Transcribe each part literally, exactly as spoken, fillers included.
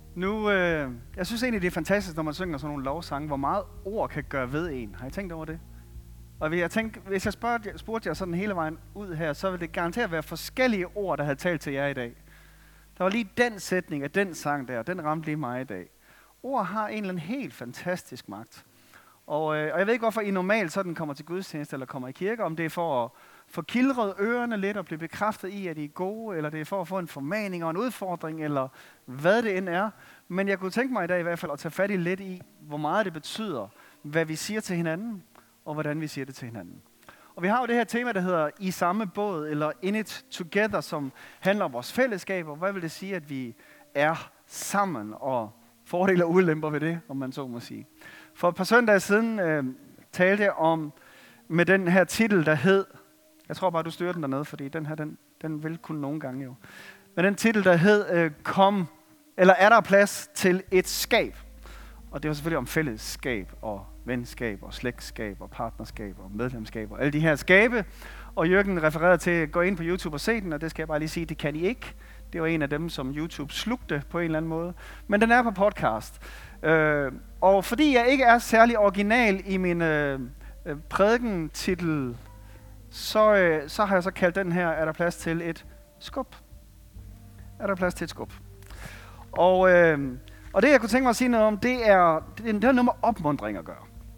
Nu, øh, jeg synes egentlig, det er fantastisk, når man synger sådan nogle lovsange, hvor meget ord kan gøre ved en. Har I tænkt over det? Og jeg tænkte, hvis jeg spurgte, spurgte jer sådan hele vejen ud her, så ville det garanteret være forskellige ord, der havde talt til jer i dag. Der var lige den sætning af den sang der, og den ramte lige mig i dag. Ord har en eller anden helt fantastisk magt. Og, øh, og jeg ved ikke, hvorfor I normalt sådan kommer til gudstjeneste eller kommer i kirke, om det er for at få kildret ørerne lidt og blive bekræftet i, at I er gode, eller det er for at få en formaning og en udfordring, eller hvad det end er. Men jeg kunne tænke mig i dag i hvert fald at tage fat i lidt i, hvor meget det betyder, hvad vi siger til hinanden, og hvordan vi siger det til hinanden. Og vi har jo det her tema, der hedder I samme båd, eller In It Together, som handler om vores fællesskab, og hvad vil det sige, at vi er sammen, og fordele og ulemper ved det, om man så må sige. For et par søndage siden øh, talte jeg om, med den her titel, der hed, jeg tror bare, du styrer den dernede, fordi den her, den, den vil kun nogle gange jo. Men den titel, der hed, øh, kom, eller er der plads til et skab? Og det var selvfølgelig om fællesskab, og venskab, og slægtskab, og partnerskab, og medlemskab, og alle de her skabe. Og Jørgen refererede til at gå ind på YouTube og se den, og det skal jeg bare lige sige, det kan I ikke. Det var en af dem, som YouTube slugte på en eller anden måde. Men den er på podcast. Øh, og fordi jeg ikke er særlig original i min øh, prædikentitel, så, øh, så har jeg så kaldt den her, er der plads til et skub? Er der plads til et skub? Og, øh, og det, jeg kunne tænke mig at sige noget om, det er, det, det har noget med opmuntring at gøre.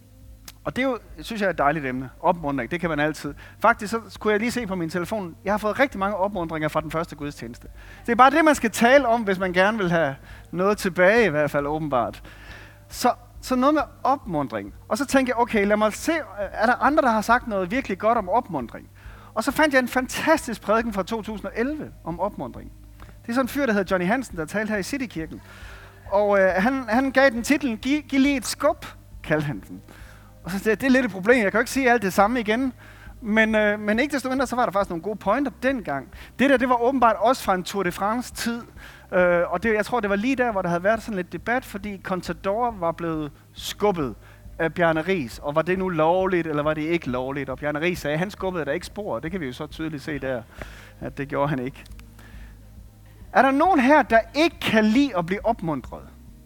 Og det er jo, synes jeg er et dejligt emne. Opmuntring, det kan man altid. Faktisk så skulle jeg lige se på min telefon. Jeg har fået rigtig mange opmuntringer fra den første gudstjeneste. Det er bare det, man skal tale om, hvis man gerne vil have noget tilbage, i hvert fald åbenbart. Så, så noget med opmuntring. Og så tænkte jeg, okay, lad mig se, er der andre, der har sagt noget virkelig godt om opmuntring? Og så fandt jeg en fantastisk prædiken fra to tusind og elleve om opmuntring. Det er sådan en fyr, der hedder Johnny Hansen, der talte her i Citykirken. Og øh, han, han gav den titlen, Giv, giv lige et skub, kaldte han den. Og så det, det er lidt et problem. Jeg kan jo ikke sige alt det samme igen. Men, øh, men ikke desto mindre, så var der faktisk nogle gode pointer dengang. Det der, det var åbenbart også fra en Tour de France-tid. Øh, og det, jeg tror, det var lige der, hvor der havde været sådan lidt debat, fordi Contador var blevet skubbet af Bjarne Riis. Og var det nu lovligt, eller var det ikke lovligt? Og Bjarne Riis sagde, at han skubbede der ikke spor. Det kan vi jo så tydeligt se der, at det gjorde han ikke. Er der nogen her, der ikke kan lide at blive opmuntret?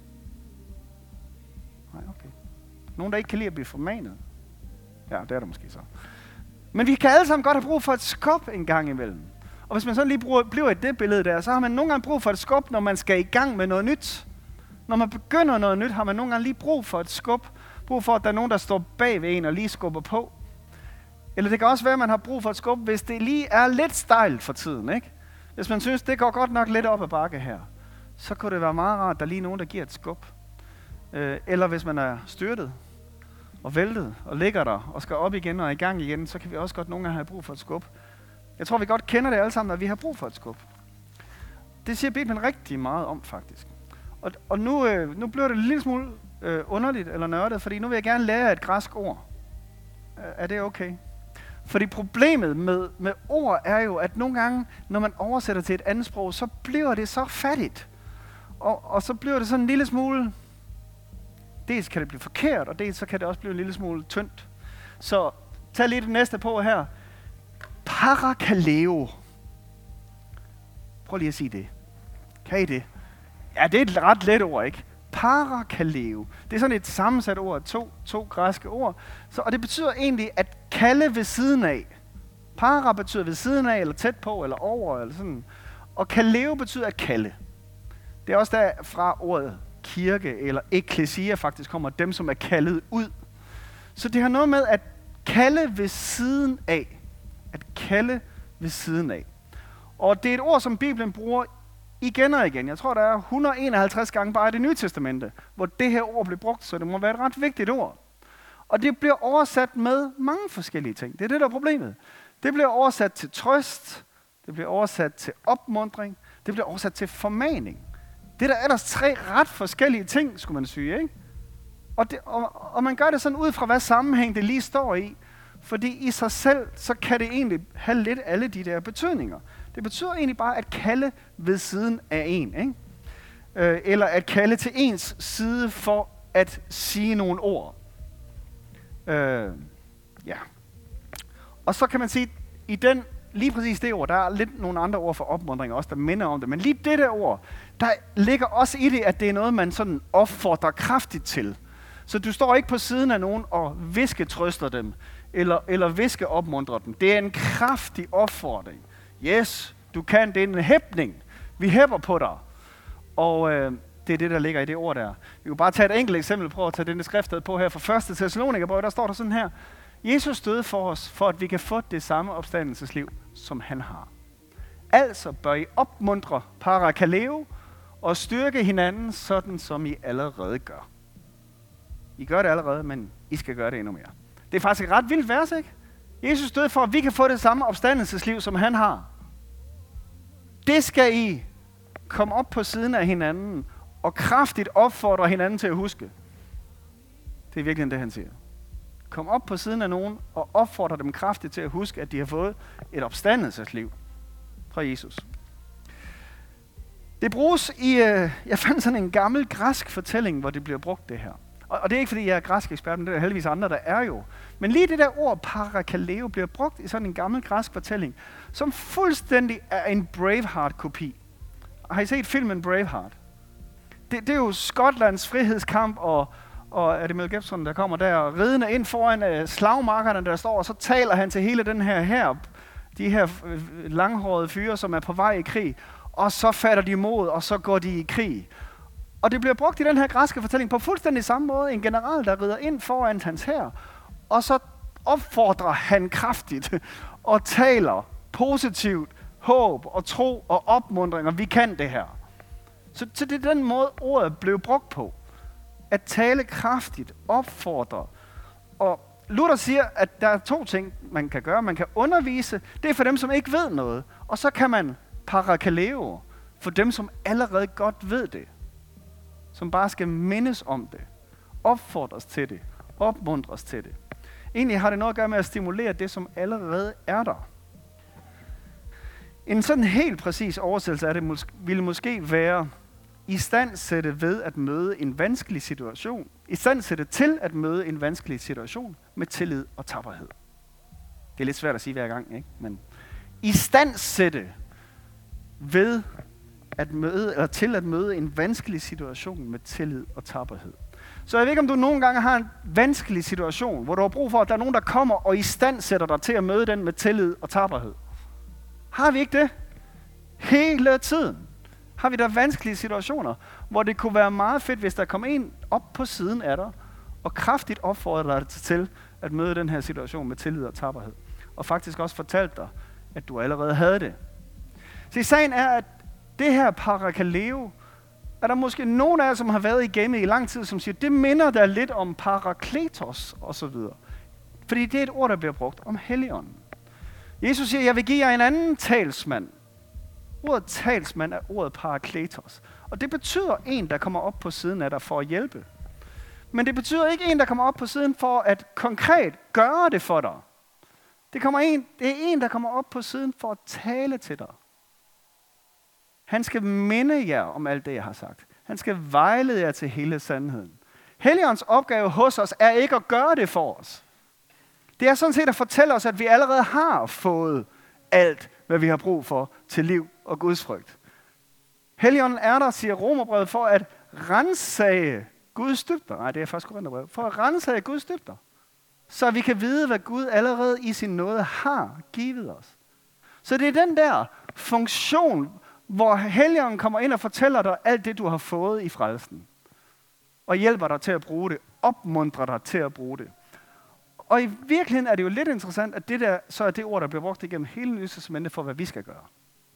Nej, okay. Nogen, der ikke kan lide at blive formanet? Ja, det er der måske så. Men vi kan alle sammen godt have brug for et skub en gang imellem. Og hvis man så lige bruger, bliver i det billede der, så har man nogle gange brug for et skub, når man skal i gang med noget nyt. Når man begynder noget nyt, har man nogle gange lige brug for et skub. Brug for, at der er nogen, der står bag ved en og lige skubber på. Eller det kan også være, at man har brug for et skub, hvis det lige er lidt stejlt for tiden, ikke? Hvis man synes, det går godt nok lidt op ad bakke her, så kunne det være meget rart, at der lige er nogen, der giver et skub. Øh, eller hvis man er styrtet og væltet og ligger der og skal op igen og i gang igen, så kan vi også godt nogle gange have brug for et skub. Jeg tror, vi godt kender det alle sammen, at vi har brug for et skub. Det siger Bibelen rigtig meget om, faktisk. Og, og nu, øh, nu bliver det en lille smule øh, underligt eller nørdet, fordi nu vil jeg gerne lære et græsk ord. Er det okay? Fordi problemet med, med ord er jo, at nogle gange, når man oversætter til et andet sprog, så bliver det så fattigt. Og, og så bliver det sådan en lille smule, dels kan det blive forkert, og dels så kan det også blive en lille smule tyndt. Så tag lige det næste på her. Parakaleo. Prøv lige at sige det. Kan I det? Ja, det er et ret let ord, ikke? Parakaleo. Det er sådan et sammensat ord, to, to græske ord. Så, og det betyder egentlig at kalde ved siden af. Para betyder ved siden af, eller tæt på, eller over, eller sådan. Og kaleo betyder at kalde. Det er også der fra ordet kirke, eller ekklesia faktisk kommer, dem som er kaldet ud. Så det har noget med at kalde ved siden af. At kalde ved siden af. Og det er et ord, som Bibelen bruger igen og igen. Jeg tror, der er et hundrede og enoghalvtreds gange bare i Det Nye Testamente, hvor det her ord bliver brugt, så det må være et ret vigtigt ord. Og det bliver oversat med mange forskellige ting. Det er det, der er problemet. Det bliver oversat til trøst, det bliver oversat til opmuntring, det bliver oversat til formaning. Det er der ellers tre ret forskellige ting, skulle man sige, ikke? Og, det, og, og man gør det sådan ud fra, hvad sammenhæng det lige står i. Fordi i sig selv, så kan det egentlig have lidt alle de der betydninger. Det betyder egentlig bare at kalde ved siden af en, ikke? Øh, eller at kalde til ens side for at sige nogle ord. Øh, ja. Og så kan man sige, i den lige præcis det ord, der er lidt nogle andre ord for opmuntring også, der minder om det, men lige det der ord, der ligger også i det, at det er noget, man sådan opfordrer kraftigt til. Så du står ikke på siden af nogen og visketrøster dem, eller, eller viske opmuntrer dem. Det er en kraftig opfordring. Yes, du kan, det er en hæpning. Vi hæpper på dig. Og øh, det er det, der ligger i det ord der. Vi kan bare tage et enkelt eksempel på at tage denne skriftet på her fra første Thessalonikerbrev. Der står der sådan her. Jesus døde for os, for at vi kan få det samme opstandelsesliv, som han har. Altså bør I opmuntre parakaleo og styrke hinanden, sådan som I allerede gør. I gør det allerede, men I skal gøre det endnu mere. Det er faktisk et ret vildt vers, ikke? Jesus døde for, at vi kan få det samme opstandelsesliv, som han har. Det skal I komme op på siden af hinanden og kraftigt opfordre hinanden til at huske. Det er virkelig det, han siger. Kom op på siden af nogen og opfordre dem kraftigt til at huske, at de har fået et opstandelsesliv fra Jesus. Det bruges i, øh, jeg fandt sådan en gammel græsk fortælling, hvor det bliver brugt det her. Og, og det er ikke fordi, jeg er græsk ekspert, men det er heldigvis andre, der er jo. Men lige det der ord parakaleo bliver brugt i sådan en gammel græsk fortælling, som fuldstændig er en Braveheart-kopi. Har I set filmen Braveheart? Det, det er jo Skotlands frihedskamp, og, og er det Mel Gibson, der kommer der ridende ind foran uh, slagmarkerne, der står, og så taler han til hele den her her, de her uh, langhårede fyre, som er på vej i krig, og så fatter de mod, og så går de i krig. Og det bliver brugt i den her græske fortælling på fuldstændig samme måde. En general, der rider ind foran hans hær, og så opfordrer han kraftigt og taler positivt, håb og tro og opmuntring, og vi kan det her. Så, så det er den måde, ordet blev brugt på. At tale kraftigt, opfordre. Og Luther siger, at der er to ting, man kan gøre. Man kan undervise, det er for dem, som ikke ved noget. Og så kan man parakaleo, for dem, som allerede godt ved det. Som bare skal mindes om det. Opfordres til det. Opmuntres til det. Egentlig har det noget at gøre med at stimulere det, som allerede er der. En sådan helt præcis oversættelse af det mås- ville måske være i standsætte ved at møde en vanskelig situation. I standsætte til at møde en vanskelig situation med tillid og tapperhed. Det er lidt svært at sige hver gang, ikke? Men i standsætte ved at møde, eller til at møde en vanskelig situation med tillid og tapperhed. Så jeg ved ikke, om du nogle gange har en vanskelig situation, hvor du har brug for, at der er nogen, der kommer og i standsætter dig til at møde den med tillid og tapperhed. Har vi ikke det? Hele tiden har vi der vanskelige situationer, hvor det kunne være meget fedt, hvis der kom en op på siden af dig, og kraftigt opfordrer dig til at møde den her situation med tillid og tapperhed. Og faktisk også fortalte dig, at du allerede havde det. Så sagen er, at det her parakaleo, er der måske nogen af jer, som har været i gamet i lang tid, som siger, det minder der lidt om parakletos osv. Fordi det er et ord, der bliver brugt om Helligånden. Jesus siger, jeg vil give jer en anden talsmand. Ordet talsmand er ordet parakletos. Og det betyder en, der kommer op på siden af dig for at hjælpe. Men det betyder ikke en, der kommer op på siden for at konkret gøre det for dig. Det, kommer en, det er en, der kommer op på siden for at tale til dig. Han skal minde jer om alt det, jeg har sagt. Han skal vejlede jer til hele sandheden. Helligåndens opgave hos os er ikke at gøre det for os. Det er sådan set at fortælle os, at vi allerede har fået alt, hvad vi har brug for til liv og gudsfrygt. Helligånden er der, siger Romerbrevet, for at ransage Guds dybder. Nej, det er først Korintherbrevet. For at ransage Guds dybder. Så vi kan vide, hvad Gud allerede i sin nåde har givet os. Så det er den der funktion, hvor Helligånden kommer ind og fortæller dig alt det, du har fået i frelsen. Og hjælper dig til at bruge det. Opmuntrer dig til at bruge det. Og i virkeligheden er det jo lidt interessant, at det der, så er det ord, der bliver brugt igennem hele Nye Testamentet for, hvad vi skal gøre.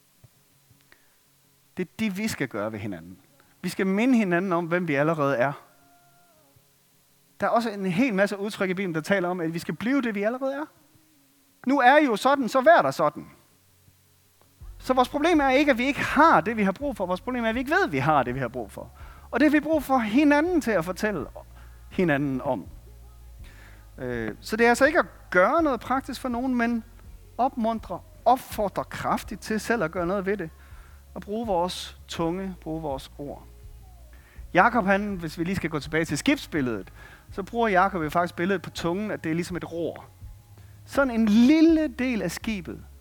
Det er det, vi skal gøre ved hinanden. Vi skal minde hinanden om, hvem vi allerede er. Der er også en hel masse udtryk i Bibelen, der taler om, at vi skal blive det, vi allerede er. Nu er I jo sådan, så vær der sådan. Så vores problem er ikke, at vi ikke har det, vi har brug for. Vores problem er, at vi ikke ved, at vi har det, vi har brug for. Og det har vi brug for hinanden til at fortælle hinanden om. Så det er altså ikke at gøre noget praktisk for nogen, men opmuntre, opfordre kraftigt til selv at gøre noget ved det. Og bruge vores tunge, bruge vores ord. Jakob, han, hvis vi lige skal gå tilbage til skibsbilledet, så bruger Jakob jo faktisk billedet på tungen, at det er ligesom et ror. Sådan en lille del af skibet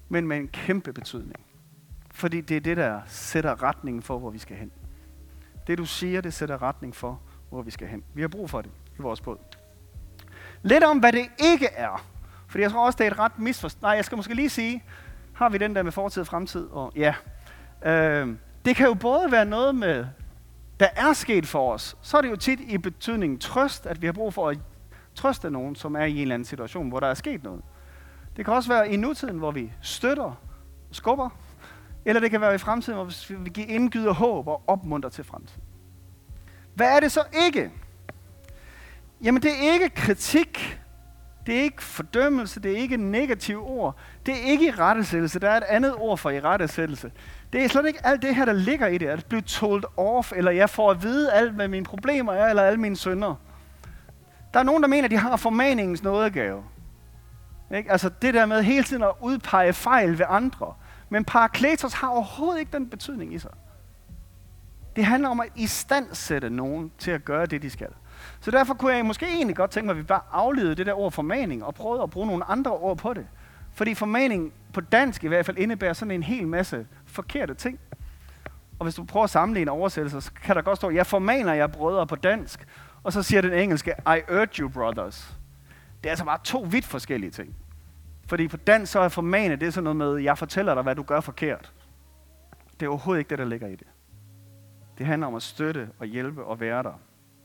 men med en kæmpe betydning. Fordi det er det, der sætter retningen for, hvor vi skal hen. Det, du siger, det sætter retning for, hvor vi skal hen. Vi har brug for det i vores båd. Lidt om, hvad det ikke er. Fordi jeg tror også, det er et ret misforstået. Nej, jeg skal måske lige sige, har vi den der med fortid og fremtid? Og ja. Øh, det kan jo både være noget med, der er sket for os. Så er det jo tit i betydningen trøst, at vi har brug for at trøste nogen, som er i en eller anden situation, hvor der er sket noget. Det kan også være i nutiden, hvor vi støtter, skubber. Eller det kan være i fremtiden, hvor vi giver indgyder håb og opmunter til fremtiden. Hvad er det så ikke? Jamen det er ikke kritik. Det er ikke fordømmelse, det er ikke negative ord. Det er ikke irettesættelse, der er et andet ord for irettesættelse. Det er slet ikke alt det her, der ligger i det, at blive told off, eller jeg får at vide alt, hvad mine problemer er, eller alle mine synder. Der er nogen, der mener, at de har formaningens nådegave. Ikke? Altså det der med hele tiden at udpege fejl ved andre. Men parakletos har overhovedet ikke den betydning i sig. Det handler om at istandsætte nogen til at gøre det, de skal. Så derfor kunne jeg måske egentlig godt tænke mig, at vi bare afledede det der ord formaning og prøvede at bruge nogle andre ord på det. Fordi formaning på dansk i hvert fald indebærer sådan en hel masse forkerte ting. Og hvis du prøver at sammenligne oversættelser, så kan der godt stå, jeg formaner jer brødre på dansk, og så siger den engelske, I urge you brothers. Det er altså bare to vidt forskellige ting. Fordi på dansk så er formane, det er sådan noget med, jeg fortæller dig, hvad du gør forkert. Det er overhovedet ikke det, der ligger i det. Det handler om at støtte og hjælpe og være der.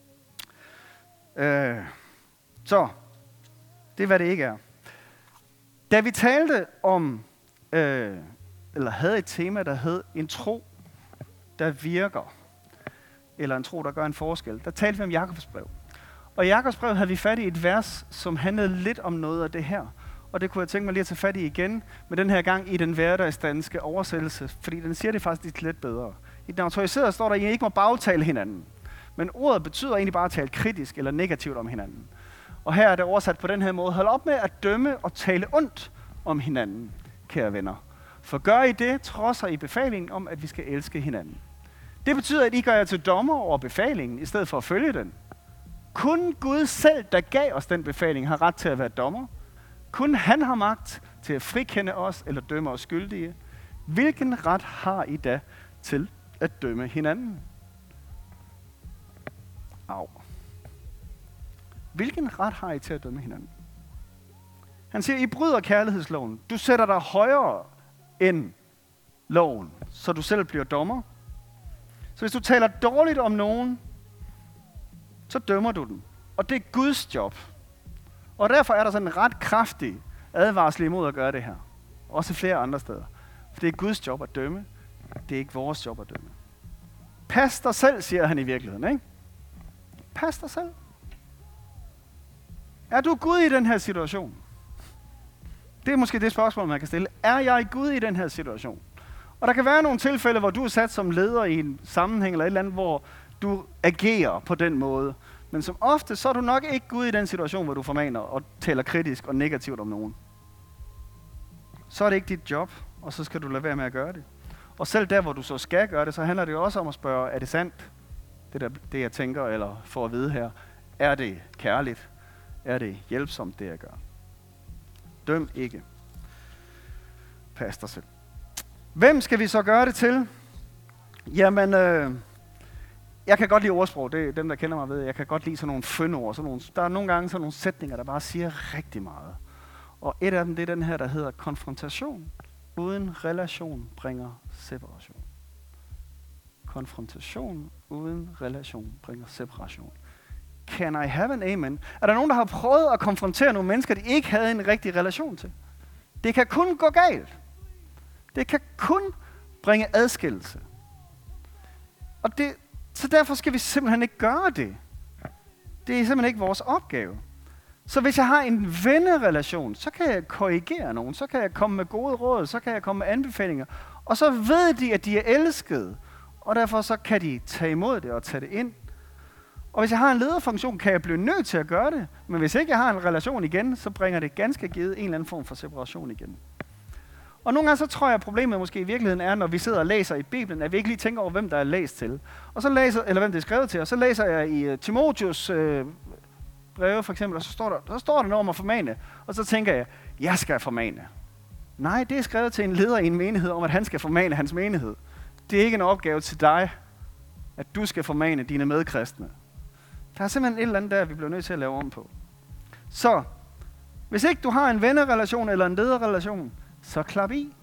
Øh, så, det er, hvad det ikke er. Da vi talte om, øh, eller havde et tema, der hed en tro, der virker, eller en tro, der gør en forskel, der talte vi om Jakobs brev. Og i Jakobs brev havde vi fat i et vers, som handlede lidt om noget af det her. Og det kunne jeg tænke mig lige at tage fat i igen, med den her gang i den hverdagsdanske oversættelse, fordi den siger det faktisk lidt bedre. I den autoriserede står der, at I ikke må bagtale hinanden. Men ordet betyder egentlig bare at tale kritisk eller negativt om hinanden. Og her er det oversat på den her måde. Hold op med at dømme og tale ondt om hinanden, kære venner. For gør I det, trodser I befalingen om, at vi skal elske hinanden. Det betyder, at I gør jer til dommer over befalingen, i stedet for at følge den. Kun Gud selv, der gav os den befaling, har ret til at være dommer. Kun han har magt til at frikende os eller dømme os skyldige. Hvilken ret har I da til at dømme hinanden? Au. Hvilken ret har I til at dømme hinanden? Han siger, I bryder kærlighedsloven. Du sætter dig højere end loven, så du selv bliver dommer. Så hvis du taler dårligt om nogen, så dømmer du den. Og det er Guds job. Og derfor er der sådan en ret kraftig advarsel imod at gøre det her. Også flere andre steder. For det er Guds job at dømme. Det er ikke vores job at dømme. Pas dig selv, siger han i virkeligheden, ikke? Pas dig selv. Er du Gud i den her situation? Det er måske det spørgsmål, man kan stille. Er jeg Gud i den her situation? Og der kan være nogle tilfælde, hvor du er sat som leder i en sammenhæng eller et eller andet, hvor du agerer på den måde. Men som ofte, så er du nok ikke Gud i den situation, hvor du formaner og taler kritisk og negativt om nogen. Så er det ikke dit job, og så skal du lade være med at gøre det. Og selv der, hvor du så skal gøre det, så handler det jo også om at spørge, er det sandt, det, der, det jeg tænker, eller får at vide her? Er det kærligt? Er det hjælpsomt, det jeg gør? Døm ikke. Pas dig selv. Hvem skal vi så gøre det til? Jamen, øh, jeg kan godt lide ordsprog. Det er dem, der kender mig ved. Jeg kan godt lide sådan nogle fyndord. Sådan nogle, der er nogle gange sådan nogle sætninger, der bare siger rigtig meget. Og et af dem, det er den her, der hedder konfrontation. Uden relation bringer separation. Konfrontation uden relation bringer separation. Can I have an amen? Er der nogen, der har prøvet at konfrontere nogle mennesker, de ikke havde en rigtig relation til? Det kan kun gå galt. Det kan kun bringe adskillelse. Og det, så derfor skal vi simpelthen ikke gøre det. Det er simpelthen ikke vores opgave. Så hvis jeg har en vennerelation, så kan jeg korrigere nogen, så kan jeg komme med gode råd, så kan jeg komme med anbefalinger. Og så ved de, at de er elskede, og derfor så kan de tage imod det og tage det ind. Og hvis jeg har en lederfunktion, kan jeg blive nødt til at gøre det. Men hvis ikke jeg har en relation igen, så bringer det ganske givet en eller anden form for separation igen. Og nogle gange så tror jeg, at problemet måske i virkeligheden er, når vi sidder og læser i Bibelen, at vi ikke lige tænker over, hvem der er læst til. Og så læser, eller hvem det er skrevet til, og så læser jeg i uh, Timotheus øh, breve for eksempel, og så står der, så står der noget om at formane. Og så tænker jeg, jeg skal formane. Nej, det er skrevet til en leder i en menighed om, at han skal formane hans menighed. Det er ikke en opgave til dig, at du skal formane dine medkristne. Der er simpelthen et eller andet der, vi bliver nødt til at lave om på. Så, hvis ikke du har en vennerelation eller en lederrelation, så klap i.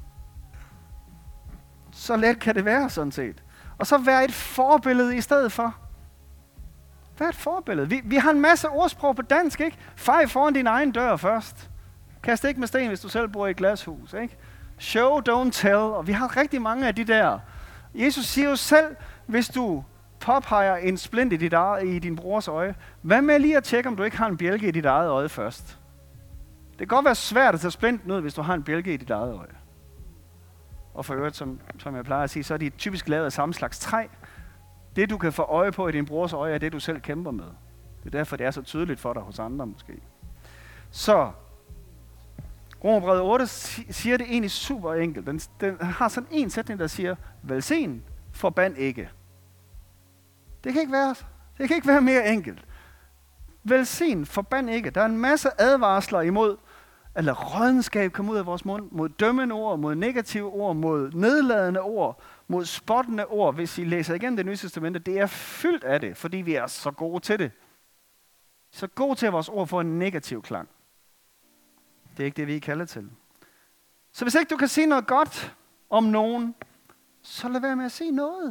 Så let kan det være, sådan set. Og så vær et forbillede i stedet for. Vær et forbillede. Vi, vi har en masse ordsprog på dansk, ikke? Fej foran din egen dør først. Kast ikke med sten, hvis du selv bor i et glashus, ikke? Show, don't tell. Og vi har rigtig mange af de der. Jesus siger jo selv, hvis du påpeger en splint i, dit eget, i din brors øje, hvad med lige at tjekke, om du ikke har en bjælke i dit eget øje først? Det kan godt være svært at tage splinten ud, hvis du har en bjælke i dit eget øje. Og for øvrigt, som, som jeg plejer at sige, så er de typisk lavet af samme slags træ. Det, du kan få øje på i din brors øje, er det, du selv kæmper med. Det er derfor, det er så tydeligt for dig hos andre måske. Så, Romerbrevet otte siger det egentlig super enkelt. Den, den har sådan en sætning, der siger, velsign, forband ikke. Det kan ikke være, det kan ikke være mere enkelt. Velsign, forband ikke. Der er en masse advarsler imod, eller rådenskab kommer ud af vores mund, mod dømmende ord, mod negative ord, mod nedladende ord, mod spottende ord. Hvis I læser igennem det nye testamente, det er fyldt af det, fordi vi er så gode til det. Så gode til, at vores ord får en negativ klang. Det er ikke det, vi er kaldet til. Så hvis ikke du kan sige noget godt om nogen, så lad være med at sige noget.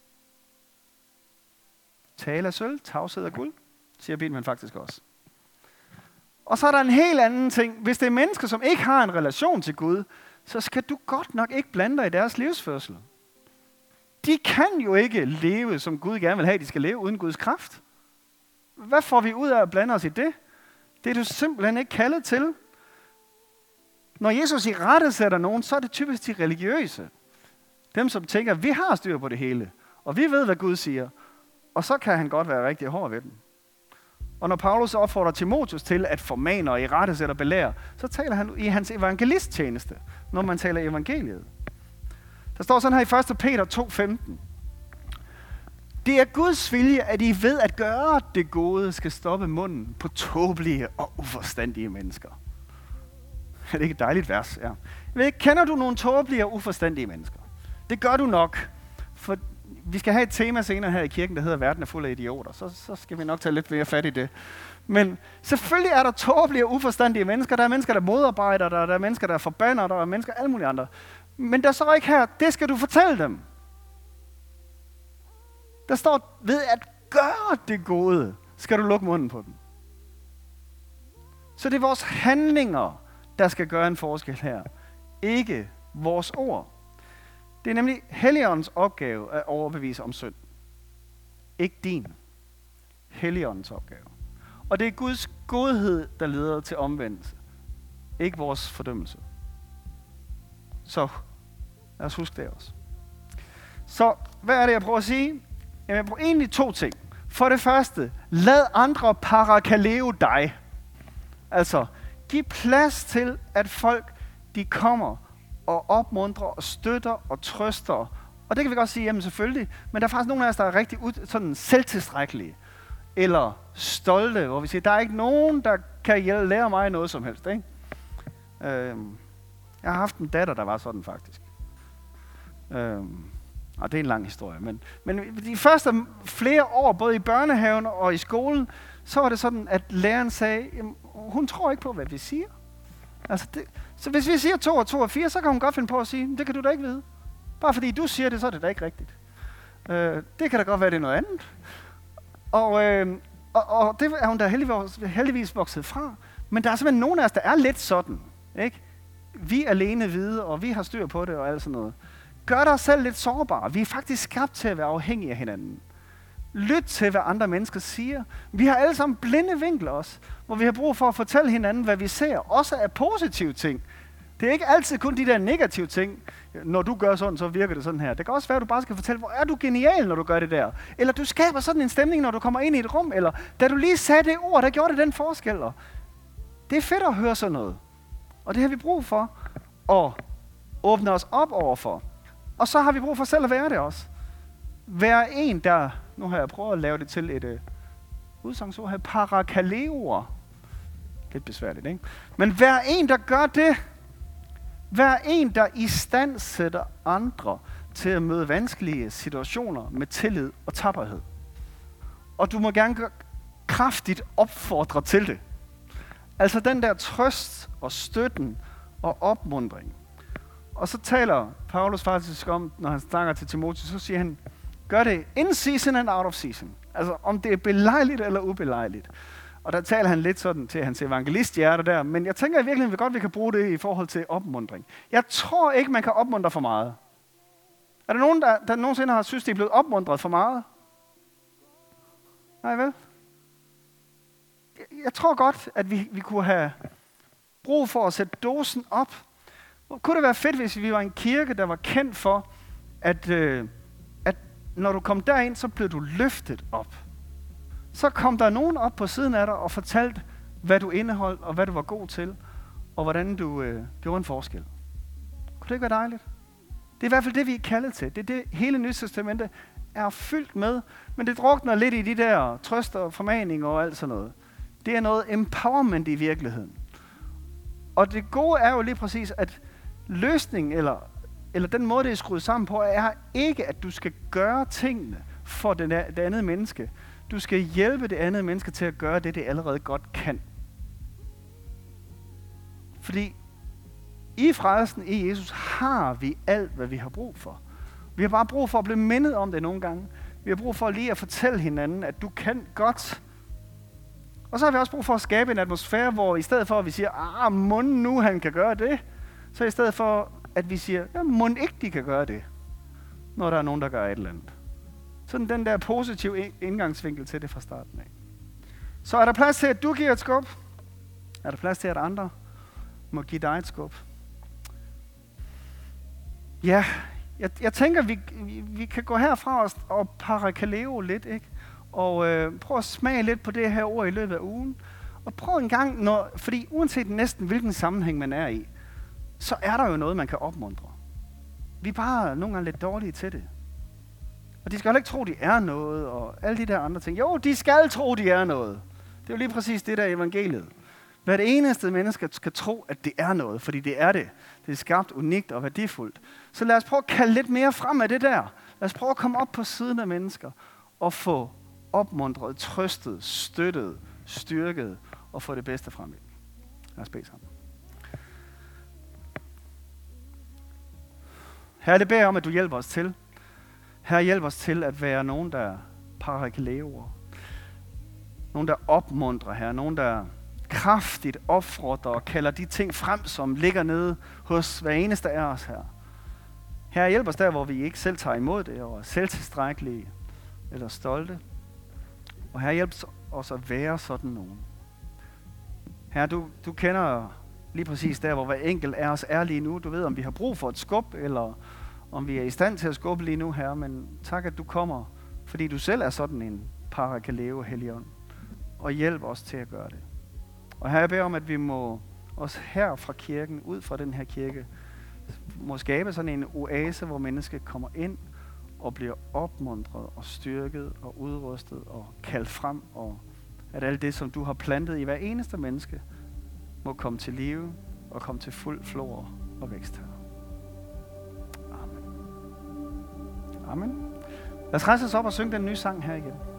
Tale af sølv, tavshed af guld, siger Bibelen faktisk også. Og så er der en helt anden ting. Hvis det er mennesker, som ikke har en relation til Gud, så skal du godt nok ikke blande dig i deres livsførsel. De kan jo ikke leve, som Gud gerne vil have, de skal leve uden Guds kraft. Hvad får vi ud af at blande os i det? Det er du simpelthen ikke kaldet til. Når Jesus i rette sætter nogen, så er det typisk de religiøse. Dem, som tænker, vi har styr på det hele, og vi ved, hvad Gud siger. Og så kan han godt være rigtig hård ved dem. Og når Paulus opfordrer Timotheus til at formane og i rette sætter belære, så taler han i hans evangelisttjeneste, når man taler evangeliet. Der står sådan her i første Peter to femten. Det er Guds vilje, at I ved at gøre det gode, skal stoppe munden på tåbelige og uforstandige mennesker. Er det ikke et dejligt vers? Ja. Jeg ved ikke, kender du nogle tåbelige og uforstandige mennesker? Det gør du nok, for vi skal have et tema senere her i kirken, der hedder Verden er fuld af idioter. Så, så skal vi nok tage lidt mere fat i det. Men selvfølgelig er der tåbelige og uforstandige mennesker. Der er mennesker, der modarbejder, der, der er mennesker, der forbander, der er mennesker alle mulige andre. Men der står ikke her, det skal du fortælle dem. Der står, ved at gøre det gode, skal du lukke munden på dem. Så det er vores handlinger, der skal gøre en forskel her. Ikke vores ord. Det er nemlig Helligåndens opgave at overbevise om synd. Ikke din. Helligåndens opgave. Og det er Guds godhed, der leder til omvendelse. Ikke vores fordømmelse. Så lad os huske det også. Så hvad er det, jeg prøver at sige? Jamen, jeg prøver egentlig to ting. For det første, lad andre parakaleo dig. Altså, giv plads til, at folk de kommer og opmuntrer og støtter og trøster. Og det kan vi godt sige, jamen selvfølgelig, men der er faktisk nogle af os, der er rigtig ud, sådan selvtilstrækkelige. Eller stolte, hvor vi siger, der er ikke nogen, der kan lære mig noget som helst. Ikke? Øhm, jeg har haft en datter, der var sådan faktisk. Øhm, og det er en lang historie. Men, men de første flere år, både i børnehaven og i skolen, så var det sådan, at læreren sagde, jamen, hun tror ikke på, hvad vi siger. Altså det, så hvis vi siger to og to og fire, så kan hun godt finde på at sige, det kan du da ikke vide. Bare fordi du siger det, så er det da ikke rigtigt. Øh, det kan da godt være, det er noget andet. Og, øh, og, og det er hun da heldigvis, heldigvis vokset fra. Men der er simpelthen nogen af os, der er lidt sådan. Ikke? Vi er alene vide, og vi har styr på det og alt sådan noget. Gør dig selv lidt sårbare. Vi er faktisk skabt til at være afhængige af hinanden. Lyt til, hvad andre mennesker siger. Vi har alle sammen blinde vinkler også, hvor vi har brug for at fortælle hinanden, hvad vi ser. Også af positive ting. Det er ikke altid kun de der negative ting. Når du gør sådan, så virker det sådan her. Det kan også være, at du bare skal fortælle, hvor er du genial, når du gør det der. Eller du skaber sådan en stemning, når du kommer ind i et rum. Eller da du lige sagde det ord, der gjorde det den forskel. Det er fedt at høre sådan noget. Og det har vi brug for at åbne os op overfor. Og så har vi brug for selv at være det også. Vær en, der... Nu har jeg prøvet at lave det til et uh, udsangsord her. Parakaleoer. Lidt besværligt, ikke? Men vær en, der gør det. Vær en, der i stand sætter andre til at møde vanskelige situationer med tillid og tapperhed. Og du må gerne gøre kraftigt opfordre til det. Altså den der trøst og støtten og opmuntring. Og så taler Paulus faktisk om, når han snakker til Timotheus, så siger han, gør det in season and out of season. Altså om det er belejligt eller ubelejligt. Og der taler han lidt sådan til hans evangelisthjerte der, men jeg tænker i virkeligheden, at vi godt vi kan bruge det i forhold til opmuntring. Jeg tror ikke, man kan opmuntre for meget. Er der nogen, der, der nogensinde har synes, det er blevet opmuntret for meget? Nej vel? Jeg, jeg tror godt, at vi, vi kunne have brug for at sætte dosen op. Kunne det være fedt, hvis vi var en kirke, der var kendt for, at, øh, at når du kom derind, så blev du løftet op. Så kom der nogen op på siden af dig og fortalte, hvad du indeholdt, og hvad du var god til, og hvordan du øh, gjorde en forskel. Kunne det ikke være dejligt? Det er i hvert fald det, vi er kaldet til. Det er det, hele Nye Testamente er fyldt med, men det drukner lidt i de der trøster og formaninger og alt sådan noget. Det er noget empowerment i virkeligheden. Og det gode er jo lige præcis, at løsningen, eller, eller den måde, det er skruet sammen på, er ikke, at du skal gøre tingene for det, det andet menneske. Du skal hjælpe det andet menneske til at gøre det, det allerede godt kan. Fordi i frelsen i Jesus har vi alt, hvad vi har brug for. Vi har bare brug for at blive mindet om det nogle gange. Vi har brug for lige at fortælle hinanden, at du kan godt. Og så har vi også brug for at skabe en atmosfære, hvor i stedet for, at vi siger, ah, mon nu han kan gøre det, så i stedet for, at vi siger, ja, mon ikke de kan gøre det, når der er nogen, der gør et eller andet. Sådan den der positive indgangsvinkel til det fra starten af. Så er der plads til, at du giver et skub? Er der plads til, at andre må give dig et skub? Ja, jeg, jeg tænker, vi, vi, vi kan gå herfra og, og parakaleo lidt, ikke? Og øh, prøve at smage lidt på det her ord i løbet af ugen. Og prøv en gang, når, fordi uanset næsten hvilken sammenhæng man er i, så er der jo noget, man kan opmuntre. Vi er bare nogle gange lidt dårlige til det. Og de skal heller ikke tro, de er noget, og alle de der andre ting. Jo, de skal tro, de er noget. Det er jo lige præcis det der evangeliet. Hvert eneste menneske skal tro, at det er noget, fordi det er det. Det er skabt unikt og værdifuldt. Så lad os prøve at kalde lidt mere frem af det der. Lad os prøve at komme op på siden af mennesker og få opmuntret, trøstet, støttet, styrket og få det bedste frem i. Lad os bede sammen. Herre, det beder jeg om, at du hjælper os til. Herre, hjælp os til at være nogen, der paraklever. Nogen, der opmuntrer, Herre. Nogen, der kraftigt opfordrer og kalder de ting frem, som ligger nede hos hver eneste af os, Herre. Herre, hjælp os der, hvor vi ikke selv tager imod det, og er selvtilstrækkelige eller stolte. Og Herre, hjælp os at være sådan nogen. Herre, du, du kender lige præcis der, hvor hver enkelt af os er lige nu. Du ved, om vi har brug for et skub, eller om vi er i stand til at skubbe lige nu, Herre. Men tak, at du kommer, fordi du selv er sådan en parakaleo, Helligånd. Og hjælp os til at gøre det. Og Herre, jeg beder om, at vi må også her fra kirken, ud fra den her kirke, må skabe sådan en oase, hvor mennesker kommer ind og bliver opmuntret og styrket og udrustet og kaldt frem, og at alt det, som du har plantet i hver eneste menneske, må komme til live og komme til fuld flor og vækst her. Amen. Amen. Lad os rejse os op og synge den nye sang her igen.